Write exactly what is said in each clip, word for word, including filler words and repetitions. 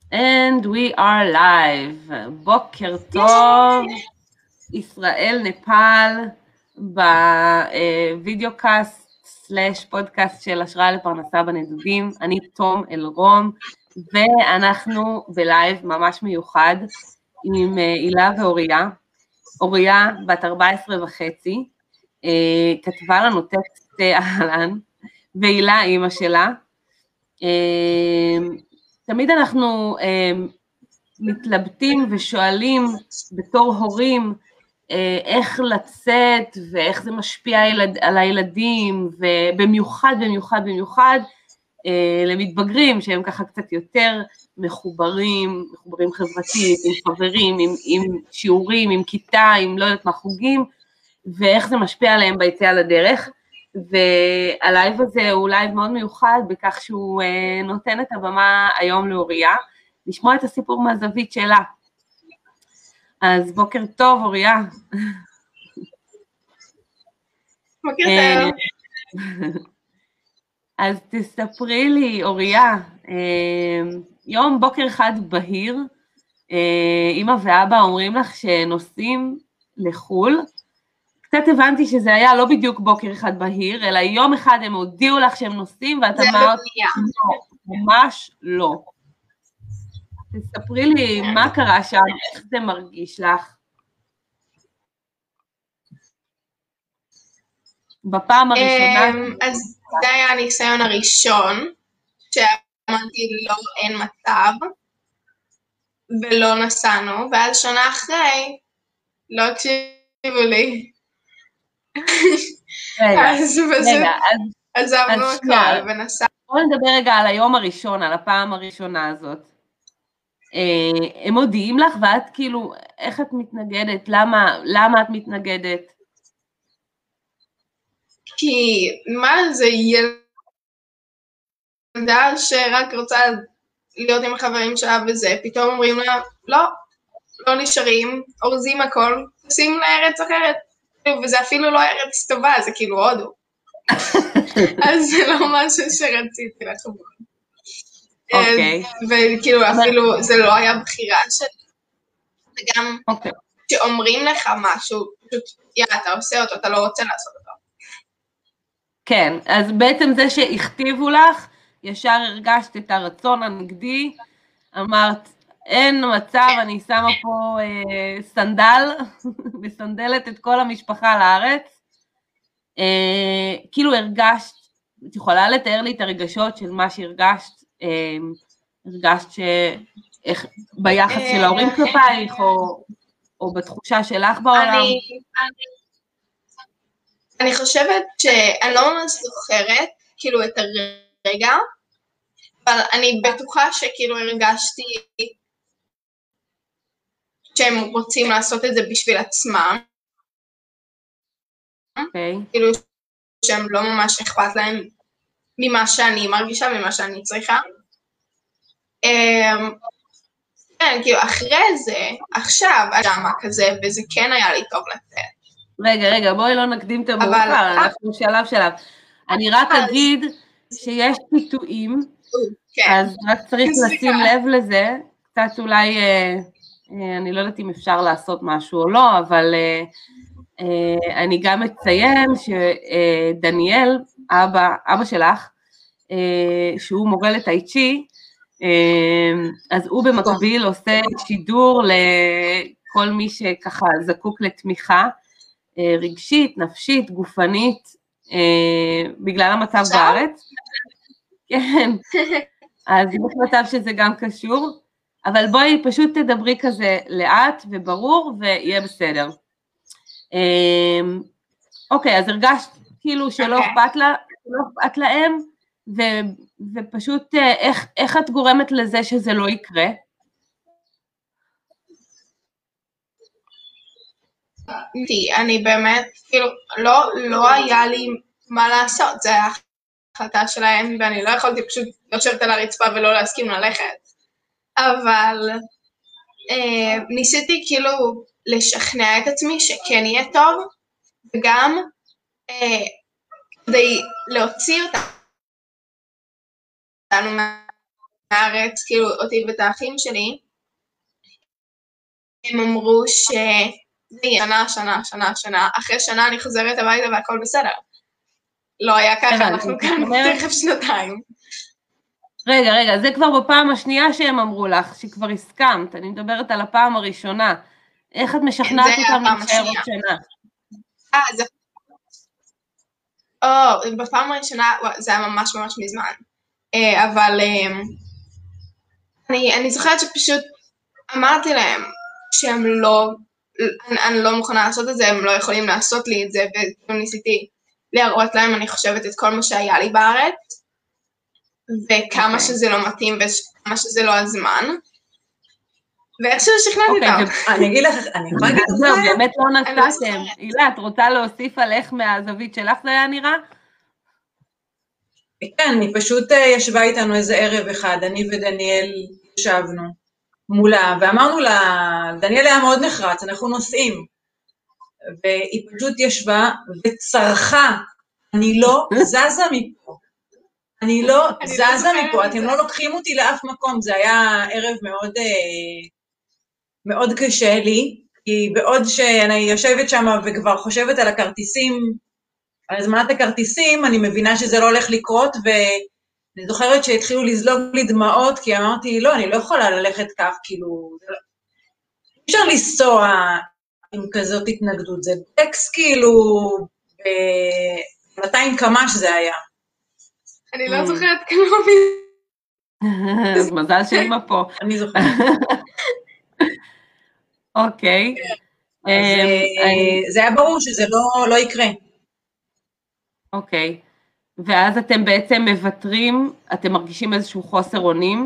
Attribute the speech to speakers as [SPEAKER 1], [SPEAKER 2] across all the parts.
[SPEAKER 1] And we are live. בוקר טוב, ישראל נפאל, בווידאו קאסט סלש פודקאסט של השראה לפרנסה בנדודים. אני תום אלרום, ואנחנו בלייב ממש מיוחד עם הילה ואוריה. אוריה בת ארבע עשרה וחצי, כתבה לנו טקסט אהלן, והילה אימא שלה. תמיד אנחנו מתלבטים ושואלים בתור הורים איך לצאת ואיך זה משפיע על הילדים, ובמיוחד, במיוחד, במיוחד למתבגרים שהם ככה קצת יותר מחוברים, מחוברים חברתית, עם חברים, עם, עם שיעורים, עם כיתה, עם לא יודעת מה חוגים, ואיך זה משפיע עליהם ביציאה לדרך. והלייב הזה הוא לייב מאוד מיוחד בכך שהוא נותן את הבמה היום לאוריה, לשמוע את הסיפור מהזווית שלה. אז בוקר טוב, אוריה.
[SPEAKER 2] בוקר טוב.
[SPEAKER 1] אז תספרי לי, אוריה, יום בוקר אחד בהיר, אמא ואבא אומרים לך שנוסעים לחול, קצת הבנתי שזה היה לא בדיוק בוקר אחד בהיר, אלא יום אחד הם הודיעו לך שהם נוסעים, ואת אמרת, לא, ממש לא. תספרי לי מה קרה שם, איך זה מרגיש לך? בפעם הראשונה...
[SPEAKER 2] אז זה היה הניסיון הראשון, שאמרתי לא, אין מצב, ולא נסענו, ואז שנה אחרי, לא הקשיבו לי.
[SPEAKER 1] רגע,
[SPEAKER 2] אז
[SPEAKER 1] רגע,
[SPEAKER 2] אז עזבנו הכל ונסענו.
[SPEAKER 1] בואו נדבר רגע על היום הראשון, על הפעם הראשונה הזאת. הם מודיעים לך, ואת כאילו, איך את מתנגדת? למה, למה את מתנגדת?
[SPEAKER 2] כי מה זה ילדה שרק רוצה להיות עם החברים שלה וזה, פתאום אומרים לה, לא, לא נשארים, אורזים הכל, עושים לארץ אחרת. וזה אפילו לא ארץ טובה, זה כאילו הודו. אז זה לא משהו שרציתי לחבור.
[SPEAKER 1] אוקיי.
[SPEAKER 2] וכאילו אפילו זה לא היה בחירה שלי. וגם שאומרים לך משהו, פשוט יאללה, אתה עושה אותו, אתה לא רוצה לעשות אותו.
[SPEAKER 1] כן, אז בעצם זה שהכתיבו לך, ישר הרגשת את הרצון הנגדי, אמרת, אין מצב, אני שמה פה אה, סנדל, מסנדלת את כל המשפחה לארץ, אה, כאילו הרגשת, את יכולה לתאר לי את הרגשות של מה שהרגשת, אה, הרגשת שאיך, ביחס של ההורים כלפייך, או, או בתחושה שלך בעולם?
[SPEAKER 2] אני, אני, אני חושבת שאני לא ממש זוכרת, כאילו את הרגע, אבל אני בטוחה שכאילו הרגשתי, שהם רוצים לעשות את זה בשביל עצמם.
[SPEAKER 1] אוקיי.
[SPEAKER 2] כאילו שהם לא ממש אכפת להם ממה שאני מרגישה, ממה שאני צריכה. כן, כאילו אחרי זה, עכשיו, השמה כזה, וזה כן היה לי טוב לצאת.
[SPEAKER 1] רגע, רגע, בואי לא נקדים את המאוחר, אנחנו שלב שלב. אני רק אגיד שיש פיתויים, אז רק צריך לשים לב לזה, קצת אולי... אני לא יודעת אם אפשר לעשות משהו או לא, אבל uh, uh, אני גם אציין שדניאל, אבא, אבא שלך, uh, שהוא מורה לטאי-צ'י, uh, אז הוא במקביל עושה שידור לכל מי שככה זקוק לתמיכה, uh, רגשית, נפשית, גופנית, uh, בגלל המצב בארץ. כן, אז יש מצב שזה גם קשור. אבל בואי פשוט תדברי כזה לאט וברור ויהיה בסדר. אוקיי, אז הרגשת כאילו שלא אכפת לה, לא אכפת להם, ופשוט איך, איך את גורמת לזה שזה לא יקרה?
[SPEAKER 2] אני באמת, כאילו, לא, לא היה לי מה לעשות, זה היה החלטה שלהם, ואני לא יכולתי פשוט לשבת על הרצפה ולא להסכים ללכת. אבל אה, ניסיתי כאילו לשכנע את עצמי שכן יהיה טוב, וגם אה, כדי להוציא אותנו מהארץ, כאילו אותי ואת האחים שלי, הם אמרו שזה יהיה שנה, שנה, שנה, שנה, אחרי שנה אני חוזרת הביתה והכל בסדר. לא היה ככה, אנחנו כאן תכף שנתיים.
[SPEAKER 1] רגע, רגע, זה כבר בפעם השנייה שהם אמרו לך, שכבר הסכמת, אני מדברת על הפעם הראשונה. איך את משכנעת אותם להישאר עוד שנה?
[SPEAKER 2] אה, זה... או, בפעם הראשונה, זה היה ממש ממש מזמן. אבל אני, אני זוכרת שפשוט אמרתי להם שהם לא, אני, אני לא מוכנה לעשות את זה, הם לא יכולים לעשות לי את זה, וניסיתי להראות להם, אני חושבת, את כל מה שהיה לי בארץ, וכמה okay. שזה לא מתאים, וכמה שזה לא הזמן, ואיכשהו שכנעתי
[SPEAKER 3] okay,
[SPEAKER 2] אותם.
[SPEAKER 3] אני אגיד לך, אני יכולה להגיד לך,
[SPEAKER 1] לא, באמת לא נסעתם. הילה, את רוצה להוסיף על איך מהזווית שלך זה היה נראה?
[SPEAKER 3] כן, אני פשוט ישבה איתנו איזה ערב אחד, אני ודניאל ישבנו מולה, ואמרנו לה, דניאל היה מאוד נחרץ, אנחנו נוסעים, והיא פשוט ישבה וצרחה, אני לא זזה מפה, אני לא זזה מפה, אתם לא לוקחים אותי לאף מקום, זה היה ערב מאוד, מאוד קשה לי, כי בעוד שאני יושבת שם וכבר חושבת על הכרטיסים, על הזמנת הכרטיסים, אני מבינה שזה לא הולך לקרות, ואני זוכרת שהתחילו לזלוג לי דמעות, כי אמרתי, לא, אני לא יכולה ללכת כך, כאילו, אי אפשר לנסוע עם כזאת התנגדות, זה טקס כאילו, ב-מאתיים קמ"ש זה היה.
[SPEAKER 2] אני לא זוכרת כמה
[SPEAKER 1] אז מזל שאמא פה.
[SPEAKER 3] אני זוכרת.
[SPEAKER 1] אוקיי.
[SPEAKER 3] זה היה ברור שזה לא יקרה.
[SPEAKER 1] אוקיי, ואז אתם בעצם מוותרים, אתם מרגישים איזשהו חוסר אונים?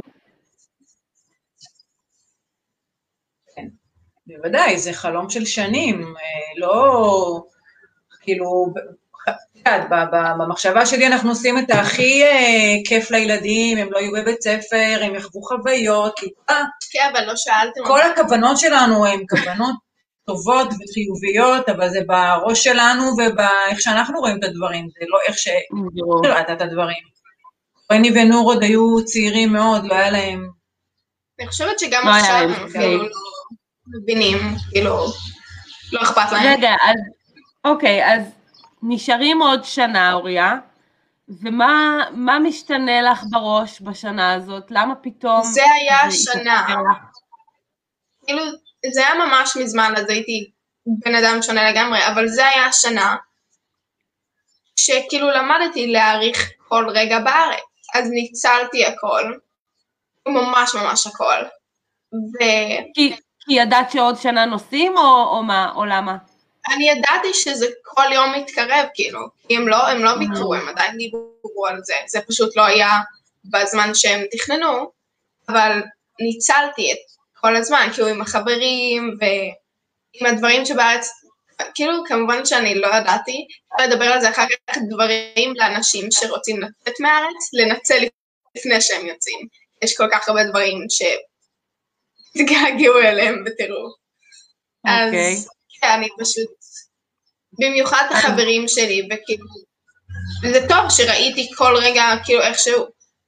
[SPEAKER 3] כן, בוודאי, זה חלום של שנים, לא, כאילו, במחשבה שלי אנחנו עושים את הכי כיף לילדים, הם לא יהיו בבית ספר, הם יחוו חוויות,
[SPEAKER 2] כן, אבל לא שאלתם.
[SPEAKER 3] כל הכוונות שלנו הן כוונות טובות וחיוביות, אבל זה בראש שלנו ובאיך שאנחנו רואים את הדברים, זה לא איך שראית את הדברים. רני ונור עוד היו צעירים מאוד, לא היה להם...
[SPEAKER 2] אני חושבת שגם עכשיו הם אפילו לא מבינים, כאילו, לא אכפת להם.
[SPEAKER 1] רגע, אז, אוקיי, אז נשארים עוד שנה, אוריה, ומה משתנה לך בראש בשנה הזאת? למה פתאום...
[SPEAKER 2] זה היה שנה. כאילו, זה היה ממש מזמן, אז הייתי בן אדם שונה לגמרי, אבל זה היה השנה שכאילו למדתי להעריך כל רגע בארץ, אז ניצלתי הכל, ממש ממש הכל. ו...
[SPEAKER 1] כי, כי ידעת שעוד שנה נוסעים, או, או מה, או למה?
[SPEAKER 2] אני ידעתי שזה כל יום מתקרב, כאילו, כי הם לא, הם לא ויתרו, הם עדיין דיברו על זה, זה פשוט לא היה בזמן שהם תכננו, אבל ניצלתי את כל הזמן, כאילו עם החברים ועם הדברים שבארץ, כאילו כמובן שאני לא ידעתי, לדבר על זה אחר כך דברים לאנשים שרוצים לצאת מהארץ, לנצל לפני שהם יוצאים. יש כל כך הרבה דברים שתגעגעו אליהם ותראו. אז כן, אני פשוט, במיוחד החברים שלי, וכאילו, זה טוב שראיתי כל רגע כאילו איכשהו.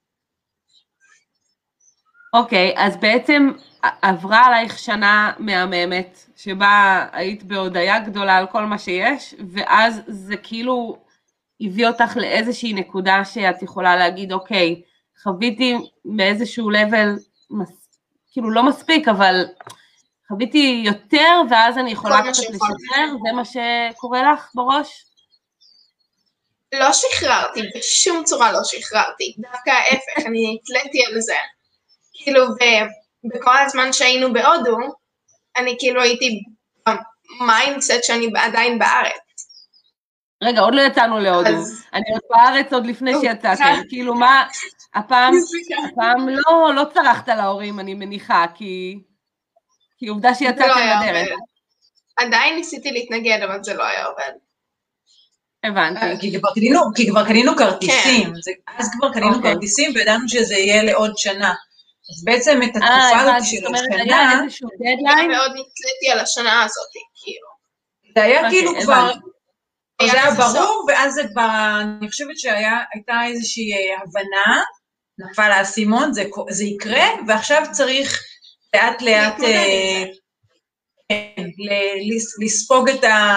[SPEAKER 1] אוקיי, אז בעצם עברה עלייך שנה מהממת, שבה היית בהודעה גדולה על כל מה שיש, ואז זה כאילו הביא אותך לאיזושהי נקודה שאת יכולה להגיד, אוקיי, חוויתי באיזשהו לבל, כאילו לא מספיק, אבל חוויתי יותר, ואז אני יכולה קצת לשחרר, זה מה שקורה לך בראש?
[SPEAKER 2] לא שחררתי, בשום צורה לא שחררתי, דווקא ההפך, אני התליתי על זה. כאילו, ובכל הזמן שהיינו בהודו, אני כאילו הייתי במיינדסט שאני עדיין בארץ.
[SPEAKER 1] רגע, עוד לא יצאנו להודו. אני עוד בארץ עוד לפני שיצאתם. כאילו, מה, הפעם, הפעם לא, לא צרחת להורים, אני מניחה, כי, כי עובדה שיצאתם לדרך.
[SPEAKER 2] עדיין ניסיתי להתנגד, אבל זה לא היה עובד.
[SPEAKER 1] הבנתי.
[SPEAKER 3] כי כבר קנינו כרטיסים, אז כבר קנינו כרטיסים, וידענו שזה יהיה לעוד שנה. אז בעצם את התקופה הזאת של השנה,
[SPEAKER 1] היה איזשהו דדליין?
[SPEAKER 2] מאוד נתליתי על השנה הזאת, כאילו.
[SPEAKER 3] זה היה כאילו כבר, זה היה ברור, ואז זה כבר, אני חושבת שהייתה איזושהי הבנה, נפל האסימון, זה, זה יקרה, ועכשיו צריך לאט לאט אה, כן, לספוג את, ה,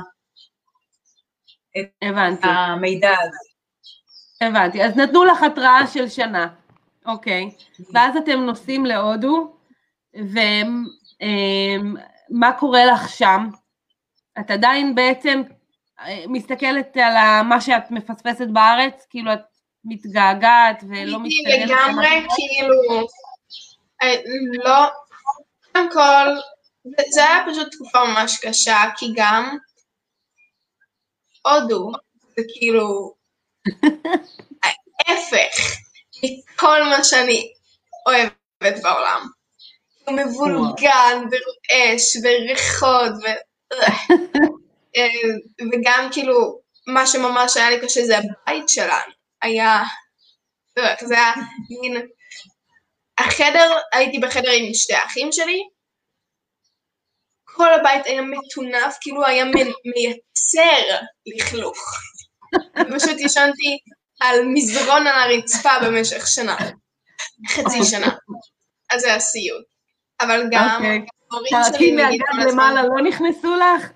[SPEAKER 3] את המידע הזה.
[SPEAKER 1] הבנתי, אז נתנו לך התראה של שנה, אוקיי, ואז אתם נוסעים להודו, ומה קורה לך שם? את עדיין בעצם מסתכלת על מה שאת מפספסת בארץ, כאילו את מתגעגעת ולא מסתגלת.
[SPEAKER 2] לגמרי, כאילו, לא, קודם כל, זה היה פשוט תקופה ממש קשה, כי גם הודו, זה כאילו, ההפך מכל מה שאני אוהבת בעולם. הוא מבולגן ורועש וריחות ו... וגם כאילו מה שממש היה לי קשה זה הבית שלנו. היה, זה היה מין, החדר, הייתי בחדר עם שתי האחים שלי, כל הבית היה מטונף, כאילו היה מייצר לכלוך. פשוט ישנתי על מזרון על הרצפה במשך שנה, חצי שנה. אז זה היה סיוט. אבל גם הורים שלי...
[SPEAKER 1] מהגב למעלה לא נכנסו לך?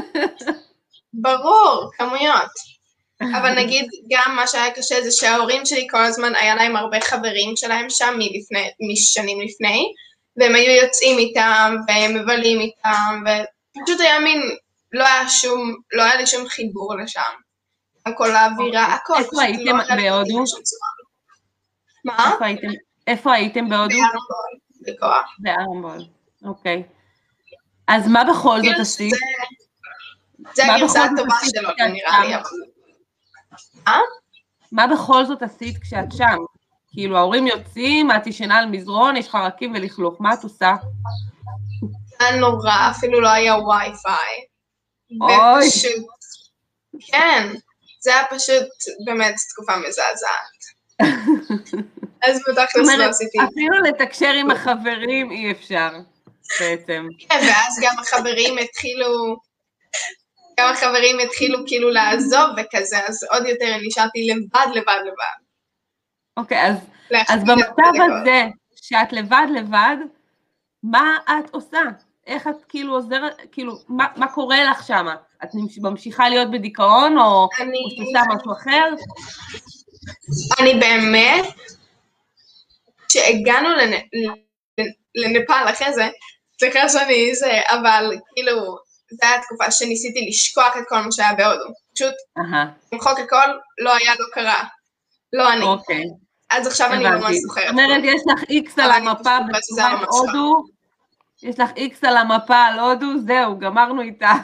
[SPEAKER 2] ברור, כמויות. אבל נגיד גם מה שהיה קשה זה שההורים שלי כל הזמן היה להם הרבה חברים שלהם שם משנים לפני, והם היו יוצאים איתם והם מבלים איתם, ופשוט היה מין, לא היה שום, לא היה לי שום חיבור לשם. הכל האווירה, הכל.
[SPEAKER 1] איפה הייתם בהודו?
[SPEAKER 2] מה?
[SPEAKER 1] איפה הייתם בהודו?
[SPEAKER 2] בארמבול, בגואה.
[SPEAKER 1] בארמבול, אוקיי. אז מה בכל זאת עשית?
[SPEAKER 2] זה הגרסה הטובה שלו, נראה לי. אה?
[SPEAKER 1] מה בכל זאת עשית כשאת שם? כאילו ההורים יוצאים, את ישנה על מזרון, יש חרקים ולכלוך, מה את עושה?
[SPEAKER 2] זה נורא, אפילו לא היה וי-פיי.
[SPEAKER 1] אוי.
[SPEAKER 2] ופשוט, כן, זה היה פשוט באמת תקופה מזעזעת. אז בתכלס לא עשיתי.
[SPEAKER 1] אפילו לתקשר עם החברים אי אפשר, בעצם.
[SPEAKER 2] כן, ואז גם החברים התחילו, גם החברים התחילו כאילו לעזוב וכזה, אז עוד יותר נשארתי לבד, לבד, לבד.
[SPEAKER 1] אוקיי, אז, אז במצב הזה, שאת לבד, לבד, מה את עושה? איך את כאילו עוזרת, כאילו, מה, מה קורה לך שם? את ממשיכה להיות בדיכאון, או
[SPEAKER 2] אני...
[SPEAKER 1] עושה משהו אחר?
[SPEAKER 2] אני באמת, כשהגענו לנ... לנפאל אחרי זה, סליחה שאני זה, אבל כאילו, זו הייתה תקופה שניסיתי לשכוח את כל מה שהיה בהודו. פשוט, למחוק הכל, לא היה, לא קרה. לא אני.
[SPEAKER 1] אוקיי.
[SPEAKER 2] אז עכשיו אני ממש זוכרת.
[SPEAKER 1] זאת אומרת, יש לך איקס על המפה בצורת הודו, יש לך איקס על המפה על הודו, זהו, גמרנו איתה.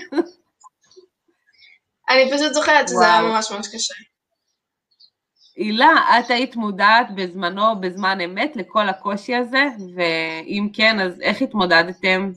[SPEAKER 2] אני פשוט זוכרת שזה היה ממש ממש קשה.
[SPEAKER 1] הילה, את היית מודעת בזמנו, בזמן אמת, לכל הקושי הזה, ואם כן, אז איך התמודדתם?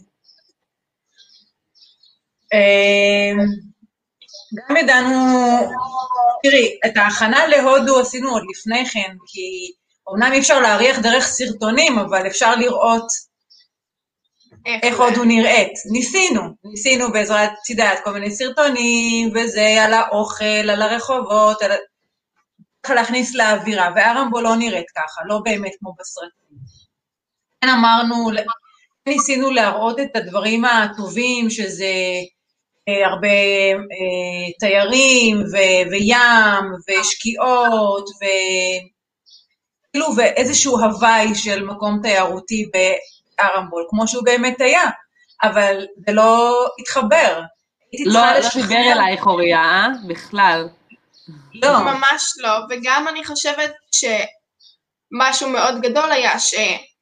[SPEAKER 3] גם ידענו, תראי, את ההכנה להודו עשינו עוד לפני כן, כי אומנם אי אפשר להריח דרך סרטונים, אבל אפשר לראות איך הודו נראית. ניסינו, ניסינו בעזרת צידת כל מיני סרטונים, וזה על האוכל, על הרחובות, על... להכניס לאווירה, וארמבול לא נראית ככה, לא באמת כמו בסרטים. כן אמרנו, ניסינו להראות את הדברים הטובים, שזה הרבה אה, תיירים, ו- וים, ושקיעות, וכאילו, ואיזשהו הוואי של מקום תיירותי בארמבול, כמו שהוא באמת היה, אבל זה לא התחבר.
[SPEAKER 1] לא, לא דיבר אלייך אוריה, אה? בכלל.
[SPEAKER 2] לא. ממש לא, וגם אני חושבת שמשהו מאוד גדול היה ש...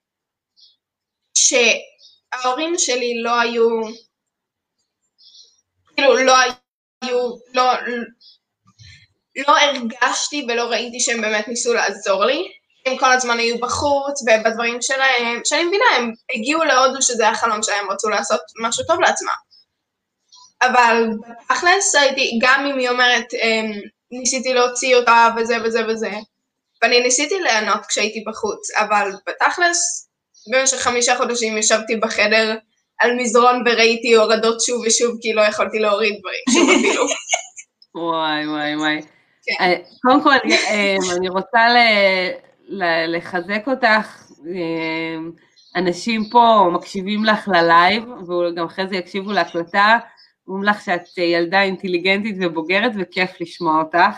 [SPEAKER 2] שההורים שלי לא היו, כאילו לא היו, לא, לא הרגשתי ולא ראיתי שהם באמת ניסו לעזור לי, הם כל הזמן היו בחוץ ובדברים שלהם, שאני מבינה, הם הגיעו להודו שזה החלום שלהם, רצו לעשות משהו טוב לעצמם. אבל אחלס הייתי, גם אם היא אומרת, ניסיתי להוציא אותה וזה וזה וזה, ואני ניסיתי לענות כשהייתי בחוץ, אבל בתכלס, במשך חמישה חודשים ישבתי בחדר על מזרון וראיתי הורדות שוב ושוב, כי לא יכולתי להוריד דברים, שוב אפילו.
[SPEAKER 1] וואי וואי וואי. קודם כל, אני רוצה לחזק אותך, אנשים פה מקשיבים לך ללייב, וגם אחרי זה יקשיבו להקלטה, אומרים לך שאת ילדה אינטליגנטית ובוגרת, וכיף לשמוע אותך.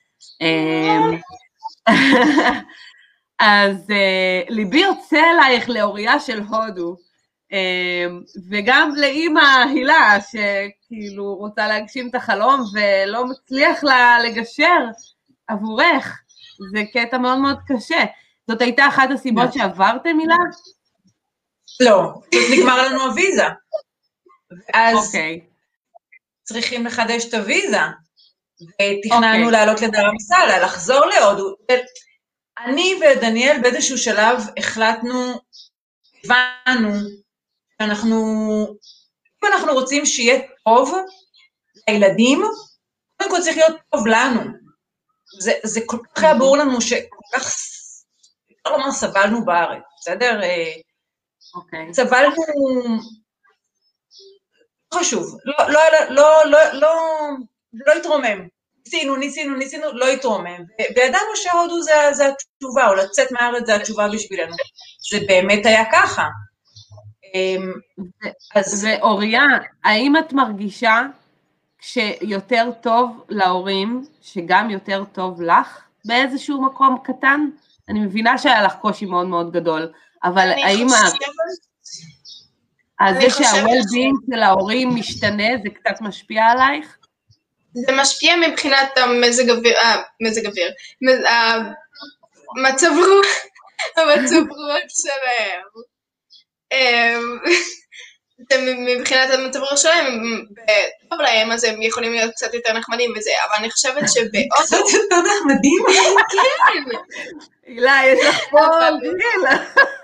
[SPEAKER 1] אז ליבי יוצא אלייך לאוריה של הודו, וגם לאמא הילה, שכאילו רוצה להגשים את החלום, ולא מצליח לה לגשר עבורך. זה קטע מאוד מאוד קשה. זאת הייתה אחת הסיבות שעברתם, הילה?
[SPEAKER 3] לא, זאת נגמר לנו הוויזה. אז צריכים לחדש את הוויזה, ותכננו לעלות לדרמסלה, לחזור להודו. אני ודניאל באיזשהו שלב החלטנו, הבנו, שאנחנו, אם אנחנו רוצים שיהיה טוב לילדים, קודם כל צריך להיות טוב לנו. זה, זה כל כך היה ברור לנו שכל כך, לא לומר, סבלנו בארץ, בסדר?
[SPEAKER 1] אוקיי.
[SPEAKER 3] סבלנו, לא חשוב, לא, לא, לא, לא, לא, לא התרומם. ניסינו, ניסינו, ניסינו, לא התרומם. וידענו שהודו זה, זה התשובה, או לצאת מהארץ זה התשובה בשבילנו. זה באמת היה ככה.
[SPEAKER 1] אז... ואוריה, האם את מרגישה שיותר טוב להורים, שגם יותר טוב לך באיזשהו מקום קטן? אני מבינה שהיה לך קושי מאוד מאוד גדול, אבל האם... אז זה שה-well-being של ההורים משתנה, זה קצת משפיע עלייך?
[SPEAKER 2] זה משפיע מבחינת המזג אוויר, מזג אוויר, המצב רוח, המצב רוח שלהם. מבחינת המצב רוח שלהם, טוב להם, אז הם יכולים להיות קצת יותר נחמדים וזה, אבל אני חושבת שבאוטו...
[SPEAKER 3] קצת יותר נחמדים?
[SPEAKER 2] כן.
[SPEAKER 1] הילה, יש לך פה גיל.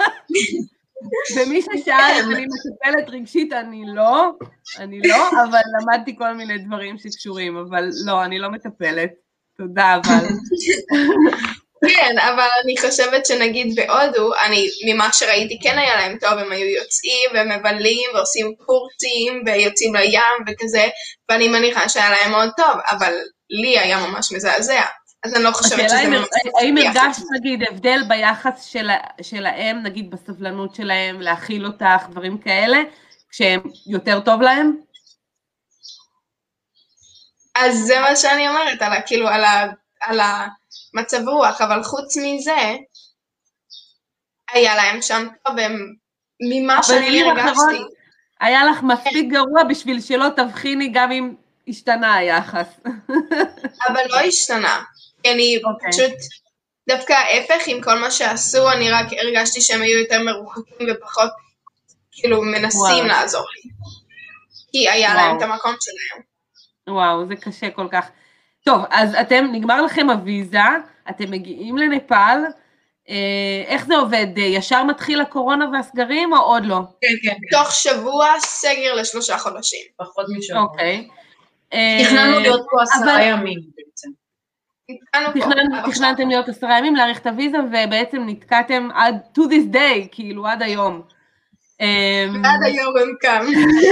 [SPEAKER 1] ומי ששאל, אני מטפלת רגשית, אני לא, אני לא, אבל למדתי כל מיני דברים שקשורים, אבל לא, אני לא מטפלת. תודה, אבל...
[SPEAKER 2] כן, אבל אני חושבת שנגיד בהודו, אני, ממה שראיתי כן היה להם טוב, הם היו יוצאים ומבלים ועושים קורסים ויוצאים לים וכזה, ואני מניחה שהיה להם מאוד טוב, אבל לי היה ממש מזעזע. אז אני לא חושבת שזה ממש...
[SPEAKER 1] האם הרגשת, נגיד, הבדל ביחס שלהם, נגיד בסבלנות שלהם, להכיל אותך, דברים כאלה, כשהם יותר טוב להם?
[SPEAKER 2] אז זה מה שאני אומרת, על, כאילו, על, ה, על המצב רוח, אבל חוץ מזה, היה להם שם טוב, ממה שאני הרגשתי.
[SPEAKER 1] היה לך מספיק גרוע בשביל שלא תבחיני גם אם השתנה היחס.
[SPEAKER 2] אבל לא השתנה. אני okay. פשוט, דווקא ההפך עם כל מה שעשו, אני רק הרגשתי שהם היו יותר מרוחקים ופחות, כאילו, מנסים wow. לעזור לי. כי היה wow. להם את המקום שלהם.
[SPEAKER 1] וואו, זה קשה כל כך. טוב, אז אתם, נגמר לכם הוויזה, אתם מגיעים לנפאל, אה, איך זה עובד? ישר מתחיל הקורונה והסגרים או עוד לא?
[SPEAKER 2] כן, כן. תוך שבוע סגר לשלושה חודשים.
[SPEAKER 3] פחות משבוע.
[SPEAKER 1] אוקיי.
[SPEAKER 3] תכננו להיות פה עשרה ימים בעצם.
[SPEAKER 1] תכננתם להיות עשרה ימים, להאריך את הוויזה, ובעצם נתקעתם עד, to this day, כאילו עד היום.
[SPEAKER 2] עד היום הם קם.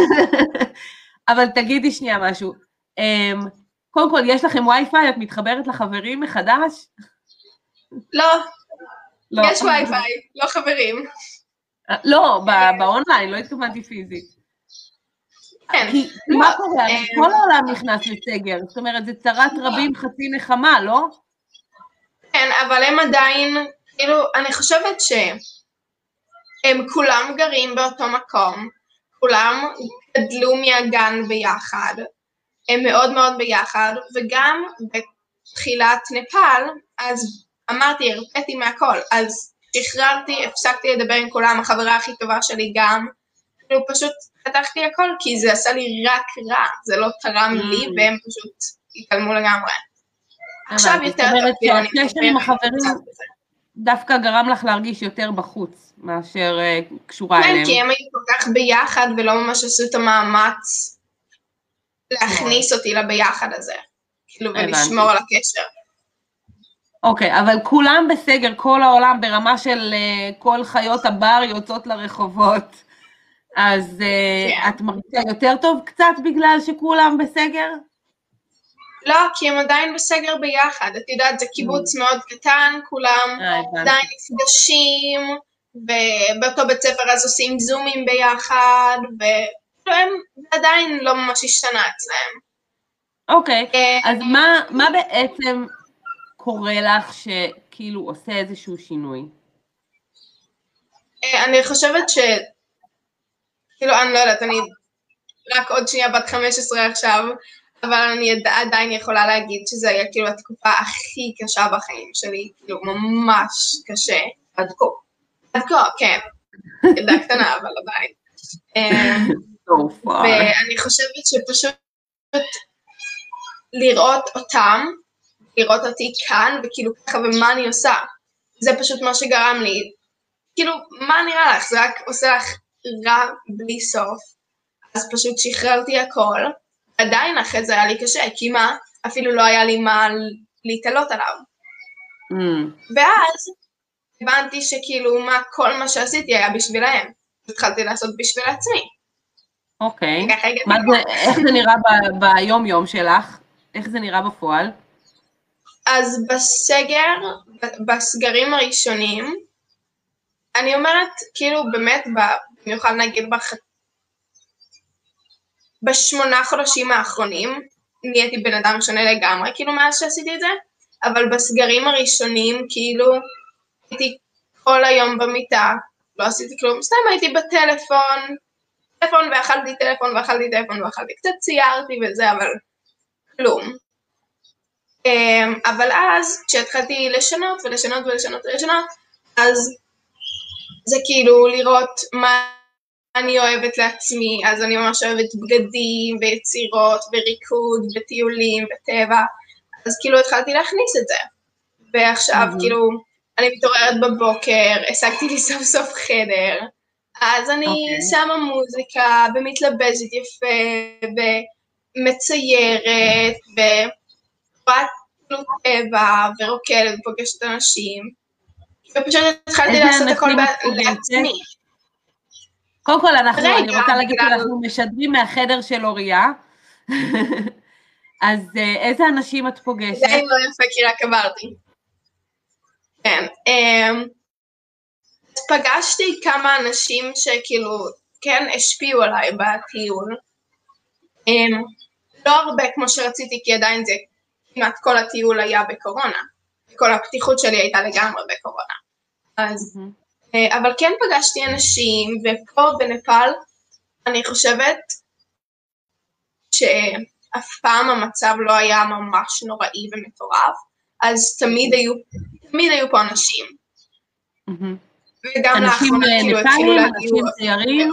[SPEAKER 1] אבל תגידי שנייה משהו. קודם כל, יש לכם וי-פיי, את מתחברת לחברים מחדש?
[SPEAKER 2] לא. יש וי-פיי, לא חברים.
[SPEAKER 1] לא, באונליין, לא התכוונתי פיזית.
[SPEAKER 2] כן.
[SPEAKER 1] כי מה קורה? כל העולם נכנס לסגר, זאת אומרת, זה צרת רבים חצי נחמה, לא?
[SPEAKER 2] כן, אבל הם עדיין, כאילו, אני חושבת שהם כולם גרים באותו מקום, כולם גדלו מהגן ביחד, הם מאוד מאוד ביחד, וגם בתחילת נפאל, אז אמרתי, הרפאתי מהכל, אז שחררתי, הפסקתי לדבר עם כולם, החברה הכי טובה שלי גם, כאילו פשוט פתחתי הכל, כי זה עשה לי רק רע, זה לא תרם לי, והם פשוט התעלמו לגמרי. עכשיו יותר טוב, כאילו אני
[SPEAKER 1] הקשר עם החברים דווקא גרם לך להרגיש יותר בחוץ, מאשר קשורה אליהם.
[SPEAKER 2] כן, כי הם היו כל כך ביחד, ולא ממש עשו את המאמץ להכניס אותי לביחד הזה, כאילו ולשמור על הקשר.
[SPEAKER 1] אוקיי, אבל כולם בסגר, כל העולם ברמה של כל חיות הבר יוצאות לרחובות, אז את מרגישה יותר טוב קצת בגלל שכולם בסגר?
[SPEAKER 2] לא, כי הם עדיין בסגר ביחד, את יודעת, זה קיבוץ מאוד קטן, כולם עדיין נפגשים, ובאותו בית ספר אז עושים זומים ביחד, והם עדיין לא ממש השתנה אצלם.
[SPEAKER 1] אוקיי, אז מה בעצם קורה לך שכאילו עושה איזשהו שינוי?
[SPEAKER 2] אני חושבת ש... כאילו, אני לא יודעת, אני רק עוד שנייה בת חמש עשרה עכשיו, אבל אני עדיין יכולה להגיד שזה היה כאילו התקופה הכי קשה בחיים שלי, כאילו ממש קשה.
[SPEAKER 3] עד כה.
[SPEAKER 2] עד כה, כן. ילדה קטנה, אבל עדיין. ואני חושבת שפשוט לראות אותם, לראות אותי כאן, וכאילו ככה, ומה אני עושה. זה פשוט מה שגרם לי. כאילו, מה נראה לך? זה רק עושה לך רע בלי סוף. אז פשוט שחררתי הכל. עדיין אחרי זה היה לי קשה, כי מה? אפילו לא היה לי מה להתעלות עליו. Mm. ואז הבנתי שכאילו מה, כל מה שעשיתי היה בשבילהם. התחלתי לעשות בשביל עצמי.
[SPEAKER 1] אוקיי. Okay. איך זה נראה ב- ביום יום שלך? איך זה נראה בפועל?
[SPEAKER 2] אז בסגר, בסגרים הראשונים, אני אומרת, כאילו באמת, במיוחד נגיד בח... בשמונה חודשים האחרונים, נהייתי בן אדם שונה לגמרי, כאילו מאז שעשיתי את זה, אבל בסגרים הראשונים, כאילו, הייתי כל היום במיטה, לא עשיתי כלום, סתם הייתי בטלפון, טלפון ואכלתי טלפון ואכלתי טלפון ואכלתי, קצת ציירתי וזה, אבל כלום. אבל אז, כשהתחלתי לשנות ולשנות ולשנות ולשנות, אז זה כאילו לראות מה אני אוהבת לעצמי, אז אני ממש אוהבת בגדים ויצירות וריקוד וטיולים וטבע, אז כאילו התחלתי להכניס את זה. ועכשיו mm-hmm. כאילו אני מתעוררת בבוקר, השגתי לי סוף סוף חדר, אז אני okay. שמה מוזיקה ומתלבשת יפה ומציירת ופרט כאילו טבע ורוקדת ופוגשת אנשים, ופשוט התחלתי לעשות הכל לעצמי.
[SPEAKER 1] קודם כל, אנחנו, רגע, אני רוצה להגיד שאנחנו משדרים מהחדר של אוריה, אז איזה אנשים את פוגשת?
[SPEAKER 2] זה לא יפה, כי רק עברתי. כן, אז פגשתי כמה אנשים שכאילו, כן, השפיעו עליי בטיול. לא הרבה כמו שרציתי, כי עדיין זה, כמעט כל הטיול היה בקורונה. כל הפתיחות שלי הייתה לגמרי בקורונה. אז... אבל כן פגשתי אנשים, ופה בנפאל אני חושבת שאף פעם המצב לא היה ממש נוראי ומטורף, אז תמיד היו, תמיד היו פה אנשים. וגם לאחרונה כאילו התחילו להגיע...
[SPEAKER 1] אנשים תיירים?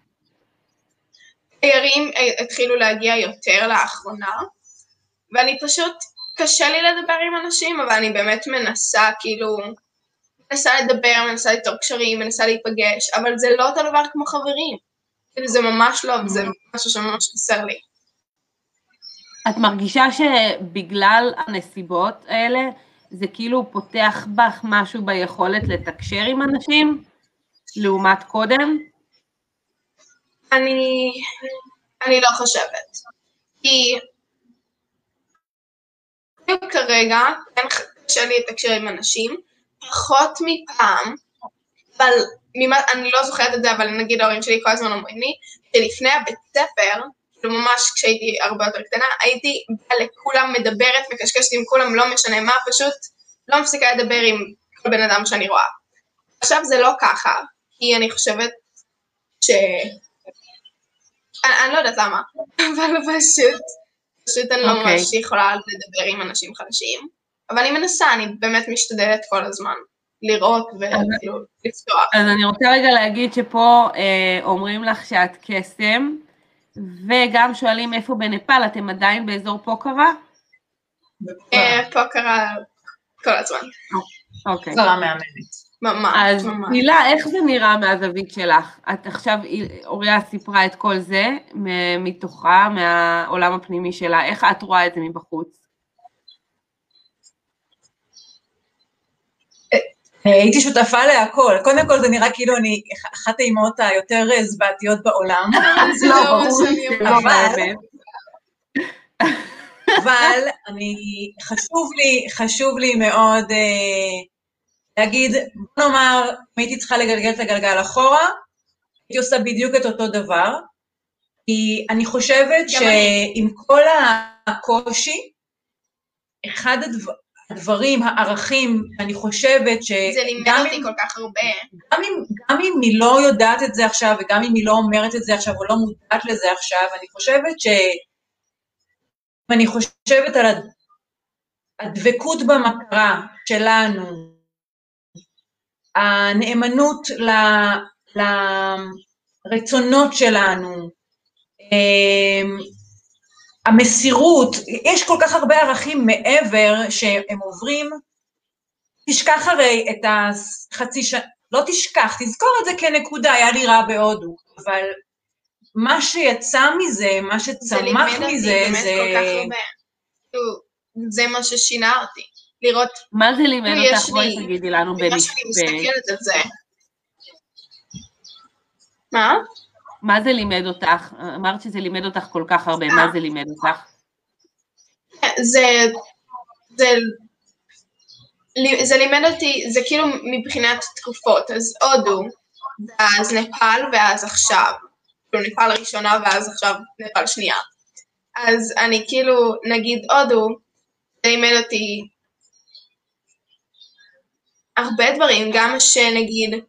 [SPEAKER 2] תיירים התחילו להגיע יותר לאחרונה, ואני פשוט, קשה לי לדבר עם אנשים, אבל אני באמת מנסה כאילו... מנסה לדבר, מנסה ליצור קשרים, מנסה להיפגש, אבל זה לא אותו דבר כמו חברים. זה ממש לא, זה משהו שממש חסר לי.
[SPEAKER 1] את מרגישה שבגלל הנסיבות האלה, זה כאילו פותח בך משהו ביכולת לתקשר עם אנשים, לעומת קודם?
[SPEAKER 2] אני, אני לא חושבת. כי כרגע, אין קשה לי לתקשר עם אנשים, פחות מפעם, אבל אני לא זוכרת את זה, אבל נגיד ההורים שלי כל הזמן אומרים לי, שלפני הבית ספר, כאילו ממש כשהייתי הרבה יותר קטנה, הייתי לכולם מדברת וקשקשת עם כולם, לא משנה מה, פשוט לא מפסיקה לדבר עם כל בן אדם שאני רואה. עכשיו זה לא ככה, כי אני חושבת ש... אני, אני לא יודעת למה, אבל פשוט, פשוט אני לא ממש יכולה לדבר עם אנשים חדשים. אבל אני מנסה, אני באמת משתדלת כל הזמן, לראות וכאילו לפתוח.
[SPEAKER 1] אז אני רוצה רגע להגיד שפה אה, אומרים לך שאת קסם, וגם שואלים איפה בנפאל, אתם עדיין באזור פוקרה?
[SPEAKER 2] אה, פוקרה כל הזמן.
[SPEAKER 1] אוקיי.
[SPEAKER 3] פוקרה מאמנת.
[SPEAKER 2] ממש,
[SPEAKER 1] אז
[SPEAKER 2] ממש.
[SPEAKER 1] הילה, איך זה נראה מהזווית שלך? את עכשיו, אוריה סיפרה את כל זה, מתוכה, מהעולם הפנימי שלה, איך את רואה את זה מבחוץ?
[SPEAKER 3] הייתי שותפה להכל, קודם כל זה נראה כאילו אני אחת האימהות היותר זוועתיות בעולם,
[SPEAKER 2] זה לא ברור שאני אומרת.
[SPEAKER 3] אבל אני, חשוב לי, חשוב לי מאוד אה, להגיד, בוא נאמר, אם הייתי צריכה לגלגל את הגלגל אחורה, הייתי עושה בדיוק את אותו דבר, כי אני חושבת שעם כל הקושי, אחד הדבר, הדברים, הערכים, אני חושבת ש...
[SPEAKER 2] זה לימד אותי כל כך הרבה.
[SPEAKER 3] גם אם, גם אם היא לא יודעת את זה עכשיו, וגם אם היא לא אומרת את זה עכשיו, או לא מודעת לזה עכשיו, אני חושבת ש... ואני חושבת על הדבקות במטרה שלנו, הנאמנות ל... לרצונות שלנו, המסירות, יש כל כך הרבה ערכים מעבר שהם עוברים, תשכח הרי את החצי שנה, לא תשכח, תזכור את זה כנקודה, היה לי רע בהודו, אבל מה שיצא מזה, מה שצמח מזה,
[SPEAKER 2] זה... זה כל כך הרבה. זה מה ששינה אותי, לראות...
[SPEAKER 1] מה זה לימד אותך? בואי תגידי לנו במשפט.
[SPEAKER 2] מה שאני מסתכלת על זה. מה?
[SPEAKER 1] מה זה לימד אותך? אמרת שזה לימד אותך כל כך הרבה, מה זה לימד אותך?
[SPEAKER 2] זה, זה, זה לימד אותי, זה כאילו מבחינת תקופות, אז הודו, ואז נפאל, ואז עכשיו, כאילו נפאל ראשונה, ואז עכשיו נפאל שנייה. אז אני כאילו, נגיד הודו, זה לימד אותי הרבה דברים, גם שנגיד,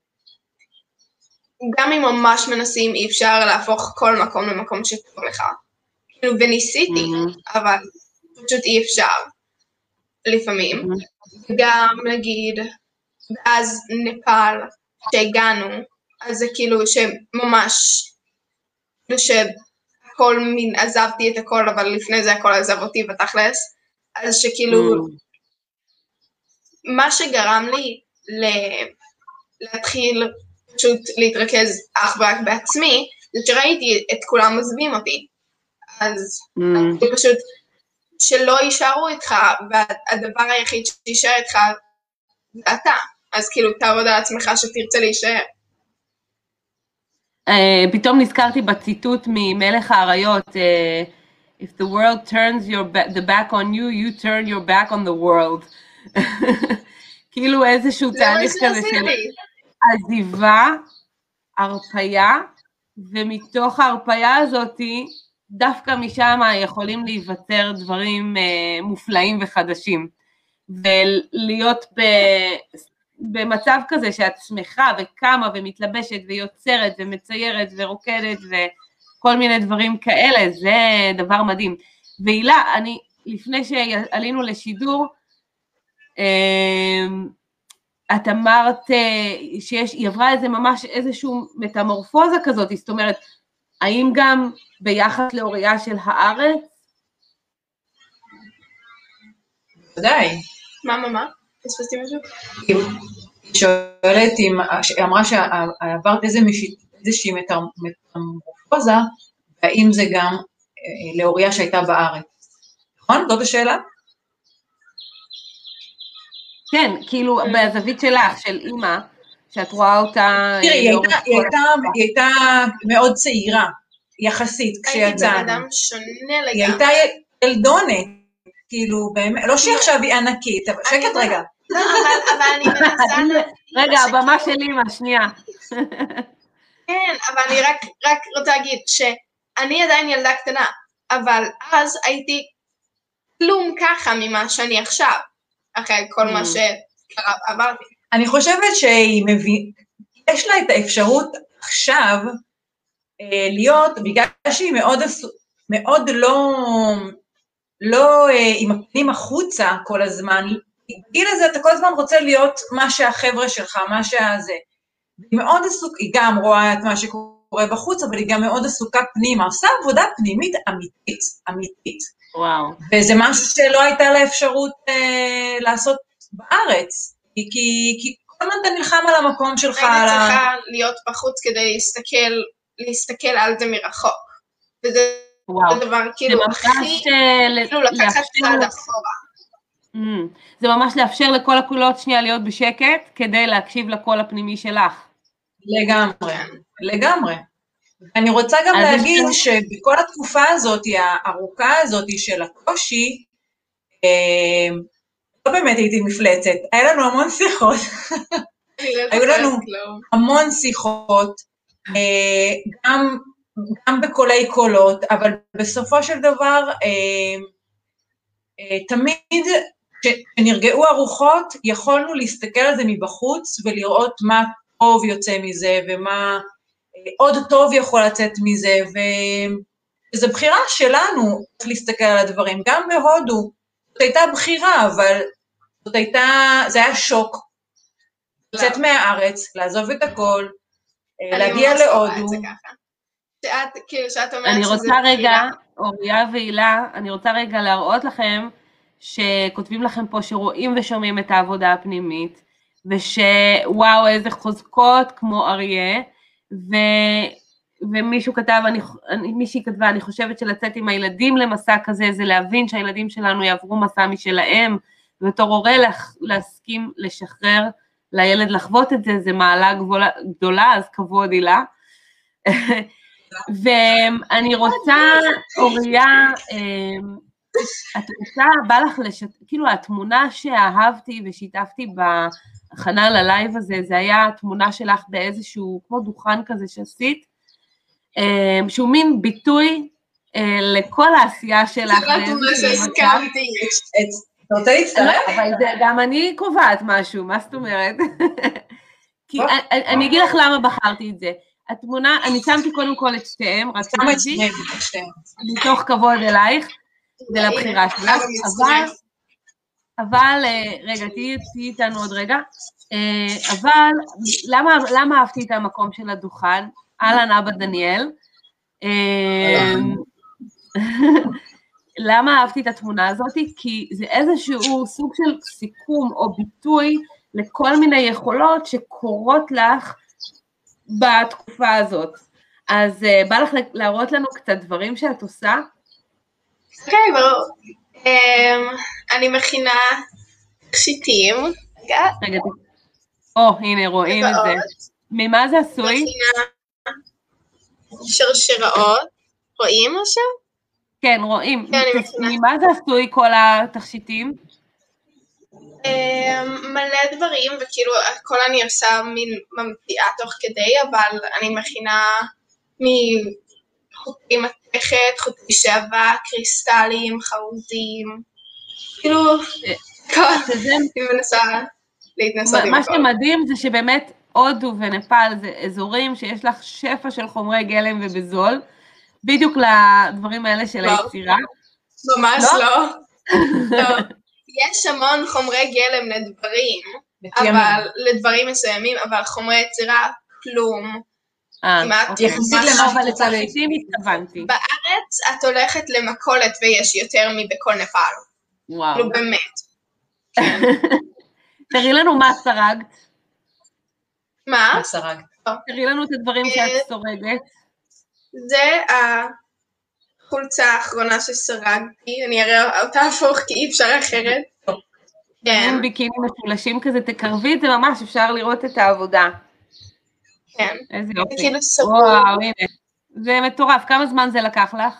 [SPEAKER 2] גם אם ממש מנסים, אי אפשר להפוך כל מקום למקום שטוב לך. כאילו, וניסיתי, mm-hmm. אבל פשוט אי אפשר, לפעמים. Mm-hmm. גם, נגיד, ואז נפאל, שהגענו, אז זה כאילו שממש, כאילו שהכל מין, עזבתי את הכל, אבל לפני זה הכל עזב אותי בתכלס, אז שכאילו, mm-hmm. מה שגרם לי ל- להתחיל, פשוט להתרכז אך ורק בעצמי, זה שראיתי את כולם עוזבים אותי. אז mm. פשוט שלא יישארו איתך, והדבר היחיד שישאר איתך זה אתה. אז כאילו תעבוד על עצמך שתרצה להישאר.
[SPEAKER 1] Uh, פתאום נזכרתי בציטוט ממלך האריות, uh, If the world turns your ba- the back on you, you turn your back on the world. כאילו איזשהו תהליך כזה של... עזיבה, הרפיה, ומתוך ההרפיה הזאת, דווקא משם יכולים להיווצר דברים uh, מופלאים וחדשים, ולהיות ב, במצב כזה שאת שמחה וקמה ומתלבשת ויוצרת ומציירת ורוקדת וכל מיני דברים כאלה, זה דבר מדהים. והילה, אני, לפני שעלינו לשידור, uh, את אמרת שיש, היא עברה איזה ממש איזשהו מטמורפוזה כזאת, זאת אומרת, האם גם ביחס לאוריה של הארץ?
[SPEAKER 3] ודאי.
[SPEAKER 2] מה, מה, מה? תספסתי משהו?
[SPEAKER 3] היא שואלת, היא אמרה שעברת איזושהי מטמורפוזה, והאם זה גם לאוריה שהייתה בארץ. נכון? זאת השאלה?
[SPEAKER 1] כן, כאילו בזווית שלך, של אימא, שאת רואה אותה...
[SPEAKER 3] תראי, היא הייתה, היא הייתה, היא הייתה מאוד צעירה, יחסית, כשיצאנו.
[SPEAKER 2] הייתי בן אדם שונה לגמרי.
[SPEAKER 3] היא הייתה ילדונת, כאילו, באמת, לא שהיא עכשיו היא ענקית, אבל שקט רגע.
[SPEAKER 2] לא, אבל אני מנסה...
[SPEAKER 1] רגע, הבמה של אימא, שנייה.
[SPEAKER 2] כן, אבל אני רק רוצה להגיד שאני עדיין ילדה קטנה, אבל אז הייתי כלום ככה ממה שאני עכשיו. אחרי כל מה שקרה ועברתי.
[SPEAKER 3] אני חושבת שהיא מבין, יש לה את האפשרות עכשיו אה, להיות, בגלל שהיא מאוד, מאוד לא, לא אה, עם הפנים החוצה כל הזמן, בגיל הזה אתה כל הזמן רוצה להיות מה שהחבר'ה שלך, מה שזה. היא מאוד עסוק, היא גם רואה את מה שקורה בחוץ, אבל היא גם מאוד עסוקה פנימה, עושה עבודה פנימית אמיתית, אמיתית.
[SPEAKER 1] וואו.
[SPEAKER 3] וזה משהו שלא הייתה לה אפשרות אה, לעשות בארץ, כי, כי, כי כל הזמן אתה נלחם על המקום שלך.
[SPEAKER 2] היית צריכה להיות בחוץ כדי להסתכל, להסתכל על זה מרחוק. וזה וואו. דבר כאילו הכי, כאילו לקחת צעד אחורה.
[SPEAKER 1] Mm, זה ממש לאפשר לכל הקולות שנייה להיות בשקט, כדי להקשיב לקול הפנימי שלך.
[SPEAKER 3] לגמרי, לגמרי. אני רוצה גם להגיד שבכל התקופה הזאת, הארוכה הזאת של הקושי, לא באמת הייתי מפלצת, היה לנו המון שיחות, היו לנו המון שיחות, גם, גם בקולי קולות, אבל בסופו של דבר, תמיד כשנרגעו הרוחות, יכולנו להסתכל על זה מבחוץ, ולראות מה טוב יוצא מזה, ומה עוד טוב יכול לצאת מזה, וזו בחירה שלנו להסתכל על הדברים, גם בהודו, זאת הייתה בחירה, אבל זאת הייתה, זה היה שוק, לצאת מהארץ, לעזוב את הכל, להגיע להודו.
[SPEAKER 1] אני רוצה רגע, אוריה והילה, אני רוצה רגע להראות לכם, שכותבים לכם פה שרואים ושומעים את העבודה הפנימית, שוואו איזה חוזקות כמו אריה, ו... ומישהו כתב, אני, מישהי כתבה, אני חושבת שלצאת עם הילדים למסע כזה, זה להבין שהילדים שלנו יעברו מסע משלהם, ובתור הורה להסכים לשחרר לילד לחוות את זה, זה מעלה גבולה, גדולה, אז כבוד הילה. ואני רוצה, אוריה, את רוצה, בא לך לשת... כאילו התמונה שאהבתי ושיתפתי בהכנה ללייב הזה, זה היה התמונה שלך באיזשהו, כמו דוכן כזה שעשית, שהוא מין ביטוי לכל העשייה שלך.
[SPEAKER 2] זה לא תמונה שהסכמתי.
[SPEAKER 3] אתה רוצה להצטרף?
[SPEAKER 1] אבל גם אני קובעת משהו, מה זאת אומרת? כי אני אגיד לך למה בחרתי את זה. התמונה, אני שמתי קודם כל את שתיהם, רק שמתי, מתוך כבוד אלייך, זה לבחירה שלך, אבל, אבל, רגע, תהיי איתנו עוד רגע, אבל, למה, למה אהבתי את המקום של הדוכן? אהלן אבא דניאל, למה אהבתי את התמונה הזאת? כי זה איזשהו סוג של סיכום או ביטוי לכל מיני יכולות שקורות לך בתקופה הזאת. אז בא לך להראות לנו קצת דברים שאת עושה?
[SPEAKER 2] אוקיי, ברור. אני מכינה תכשיטים.
[SPEAKER 1] רגע, או, הנה, רואים את זה. ממה זה עשוי?
[SPEAKER 2] מכינה שרשראות. רואים משהו?
[SPEAKER 1] כן, רואים. ממה זה עשוי כל התכשיטים?
[SPEAKER 2] מלא דברים, וכאילו הכל אני עושה מין ממציאה תוך כדי, אבל אני מכינה מחוטי מתכת, חוטי שעבה, קריסטלים, חרוזים, כאילו, אני מנסה להתנסות עם הכל.
[SPEAKER 1] מה שמדהים זה שבאמת הודו ונפאל זה אזורים שיש לך שפע של חומרי גלם ובזול, בדיוק לדברים האלה של היצירה.
[SPEAKER 2] ממש לא. לא. יש המון חומרי גלם לדברים, אבל לדברים מסוימים, אבל חומרי יצירה, כלום.
[SPEAKER 3] יחסית למה אבל לתכשיטים
[SPEAKER 1] התכוונתי.
[SPEAKER 2] בארץ את הולכת למכולת ויש יותר מבכל נפאל.
[SPEAKER 1] וואו.
[SPEAKER 2] לא באמת.
[SPEAKER 1] תראי לנו מה סרגת.
[SPEAKER 2] מה?
[SPEAKER 3] מה סרגת.
[SPEAKER 1] תראי לנו את הדברים שאת סורגת.
[SPEAKER 2] זה החולצה האחרונה שסרגתי, אני אראה אותה הפוך כי אי אפשר אחרת.
[SPEAKER 1] כן. ביקיני משולשים כזה, תקרבי את זה ממש, אפשר לראות את העבודה.
[SPEAKER 2] כן.
[SPEAKER 1] איזה יופי.
[SPEAKER 2] זה כאילו סגור.
[SPEAKER 1] וואו, הנה. זה מטורף, כמה זמן זה לקח לך?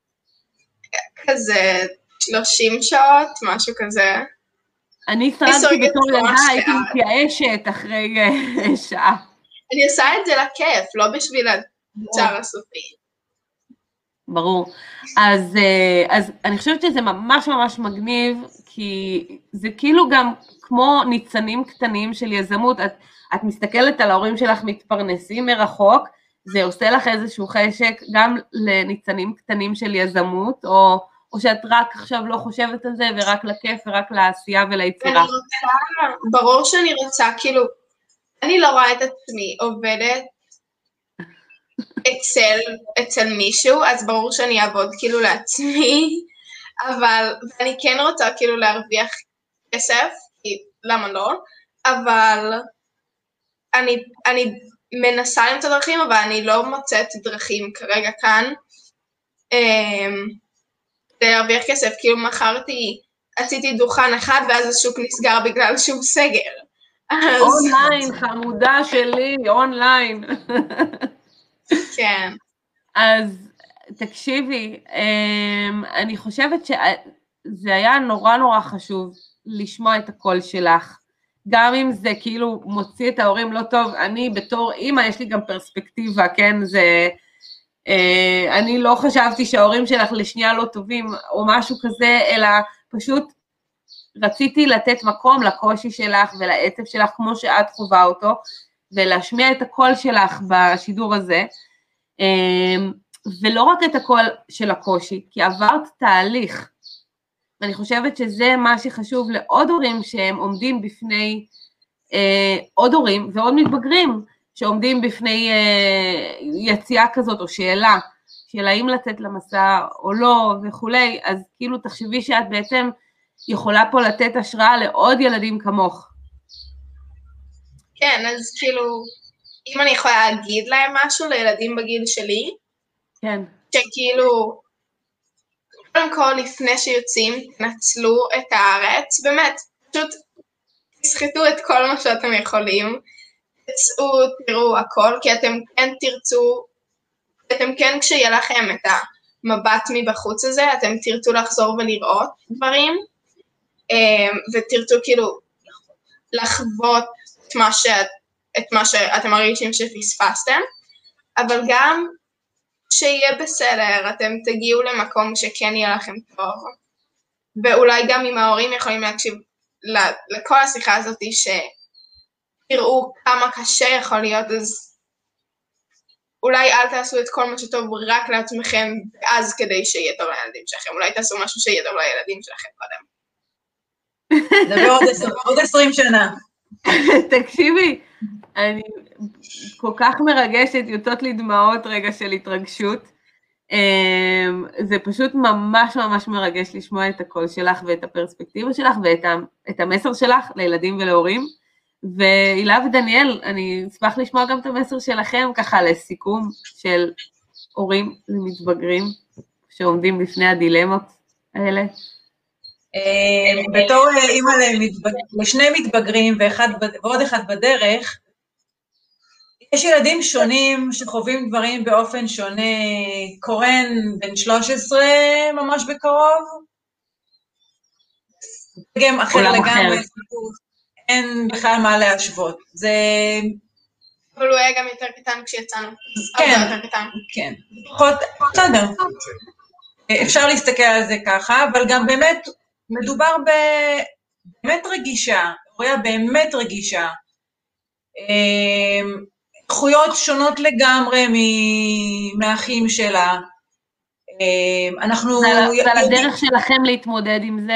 [SPEAKER 2] כזה שלושים שעות, משהו כזה.
[SPEAKER 1] אני סרגתי בתור ילדה, הייתי מתייאשת אחרי שעה.
[SPEAKER 2] אני עושה את זה לכיף, לא בשביל הצער הסופי.
[SPEAKER 1] ברור. אז, אז אני חושבת שזה ממש ממש מגניב, כי זה כאילו גם כמו ניצנים קטנים של יזמות, את, את מסתכלת על ההורים שלך מתפרנסים מרחוק, זה עושה לך איזשהו חשק גם לניצנים קטנים של יזמות, או, או שאת רק עכשיו לא חושבת על זה, ורק לכיף ורק לעשייה וליצירה.
[SPEAKER 2] אני רוצה, ברור שאני רוצה, כאילו, אני לא רואה את עצמי עובדת, אצל, אצל מישהו, אז ברור שאני אעבוד כאילו לעצמי, אבל אני כן רוצה כאילו להרוויח כסף, כי למה לא, אבל אני, אני מנסה למצוא דרכים, אבל אני לא מוצאת דרכים כרגע כאן, כדי להרוויח כסף, כאילו מכרתי, עשיתי דוכן אחד, ואז השוק נסגר בגלל שהוא סגר.
[SPEAKER 1] אונליין, חמודה שלי, אונליין.
[SPEAKER 2] כן.
[SPEAKER 1] אז תקשיבי, אני חושבת שזה היה נורא נורא חשוב לשמוע את הקול שלך, גם אם זה כאילו מוציא את ההורים לא טוב, אני בתור אמא יש לי גם פרספקטיבה, כן, זה, אני לא חשבתי שההורים שלך לשנייה לא טובים או משהו כזה, אלא פשוט רציתי לתת מקום לקושי שלך ולעצב שלך כמו שאת חובה אותו, ולהשמיע את הקול שלך בשידור הזה, ולא רק את הקול של הקושי, כי עברת תהליך, ואני חושבת שזה מה שחשוב לעוד הורים שהם עומדים בפני, אה, עוד הורים ועוד מתבגרים, שעומדים בפני אה, יציאה כזאת או שאלה, של האם לתת למסע או לא וכולי, אז כאילו תחשבי שאת בעצם יכולה פה לתת השראה לעוד ילדים כמוך.
[SPEAKER 2] כן, אז כאילו, אם אני יכולה להגיד להם משהו לילדים בגיל שלי,
[SPEAKER 1] כן.
[SPEAKER 2] שכאילו, קודם כל לפני שיוצאים, תנצלו את הארץ, באמת, פשוט תסחטו את כל מה שאתם יכולים, תצאו, תראו הכל, כי אתם כן תרצו, אתם כן כשיהיה לכם את המבט מבחוץ הזה, אתם תרצו לחזור ולראות דברים, ותרצו כאילו לחוות את מה, שאת, את מה שאתם מרגישים שפספסתם, אבל גם שיהיה בסדר, אתם תגיעו למקום שכן יהיה לכם טוב, ואולי גם אם ההורים יכולים להקשיב לכל השיחה הזאת, שתראו כמה קשה יכול להיות, אז אולי אל תעשו את כל מה שטוב רק לעצמכם, אז כדי שיהיה טוב לילדים שלכם, אולי תעשו משהו שיהיה טוב לילדים שלכם קודם.
[SPEAKER 3] זה בעוד עשרים שנה.
[SPEAKER 1] תקשיבי, אני כל כך מרגשת, יוצאות לי דמעות רגע של התרגשות, זה פשוט ממש ממש מרגש לשמוע את הקול שלך ואת הפרספקטיבה שלך ואת המסר שלך לילדים ולהורים, והילה ודניאל, אני אשמח לשמוע גם את המסר שלכם ככה לסיכום של הורים למתבגרים שעומדים בפני הדילמות האלה.
[SPEAKER 3] בתור אימא לשני מתבגרים ועוד אחד בדרך, יש ילדים שונים שחווים דברים באופן שונה. קורן בן שלוש עשרה ממש בקרוב, גם אחר לגמרי, אין בכלל מה להשוות. זה...
[SPEAKER 2] אבל הוא היה גם יותר קטן כשיצאנו.
[SPEAKER 3] כן, כן. פחות, בסדר. אפשר להסתכל על זה ככה, אבל גם באמת מדובר באמת רגישה, הוריה באמת רגישה. איכויות שונות לגמרי מהאחים שלה. אנחנו...
[SPEAKER 1] זה על הדרך שלכם להתמודד עם זה?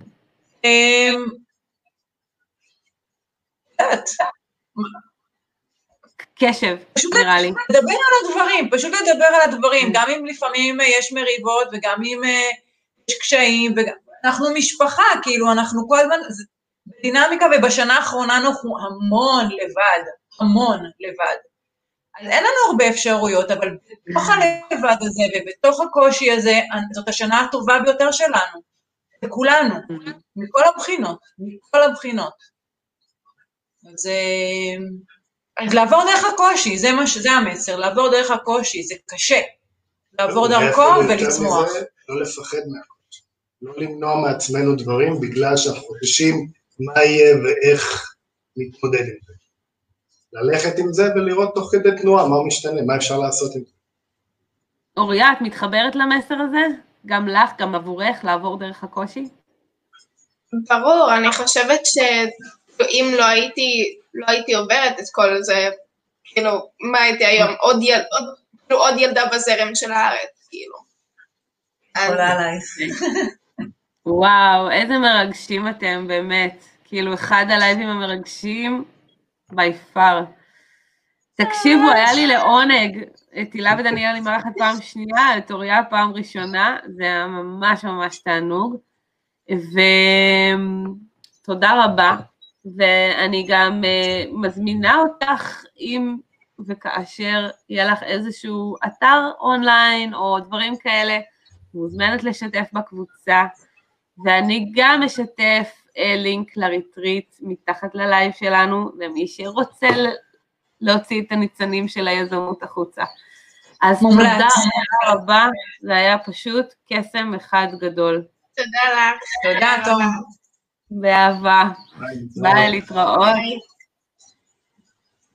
[SPEAKER 1] קשב, נראה לי.
[SPEAKER 3] לדבר על הדברים, פשוט לדבר על הדברים, גם אם לפעמים יש מריבות וגם אם יש קשיים, אנחנו משפחה, כאילו אנחנו כל הזמן, דינמיקה, ובשנה האחרונה אנחנו המון לבד, המון לבד. אז אין לנו הרבה אפשרויות, אבל בתוך הלבד הזה ובתוך הקושי הזה, זאת השנה הטובה ביותר שלנו, לכולנו, מכל הבחינות, מכל הבחינות. אז, אז לעבור דרך הקושי, זה, מה, זה המסר, לעבור דרך הקושי, זה קשה. לעבור דרכו ולצמוח.
[SPEAKER 4] לא לפחד מהקושי, לא למנוע מעצמנו דברים, בגלל שאנחנו חוששים מה יהיה ואיך להתמודד עם זה. ללכת עם זה ולראות תוך כדי תנועה, מה משתנה, מה אפשר לעשות עם זה.
[SPEAKER 1] אוריה, את מתחברת למסר הזה? גם לך, גם עבורך, לעבור דרך הקושי?
[SPEAKER 2] ברור, אני חושבת שאם לא הייתי, לא הייתי עוברת את כל זה, כאילו, מה הייתי היום? עוד, יל, עוד, כאילו, עוד ילדה בזרם של הארץ, כאילו.
[SPEAKER 3] עולה עלייך.
[SPEAKER 1] וואו, איזה מרגשים אתם, באמת. כאילו, אחד הלייבים המרגשים, by far. תקשיבו, היה לי לעונג, את הילה ודניאל אני מארחת פעם שנייה, את אוריה פעם ראשונה, זה היה ממש ממש תענוג, ותודה רבה, ואני גם uh, מזמינה אותך, אם וכאשר יהיה לך איזשהו אתר אונליין, או דברים כאלה, מוזמנת לשתף בקבוצה, ואני גם אשתף uh, לינק לריטריט מתחת ללייב שלנו, למי שרוצה להוציא את הניצנים של היזמות החוצה. אז תודה רבה, זה היה פשוט קסם אחד גדול.
[SPEAKER 2] תודה לך.
[SPEAKER 3] תודה, תום.
[SPEAKER 1] באהבה. ביי, להתראות.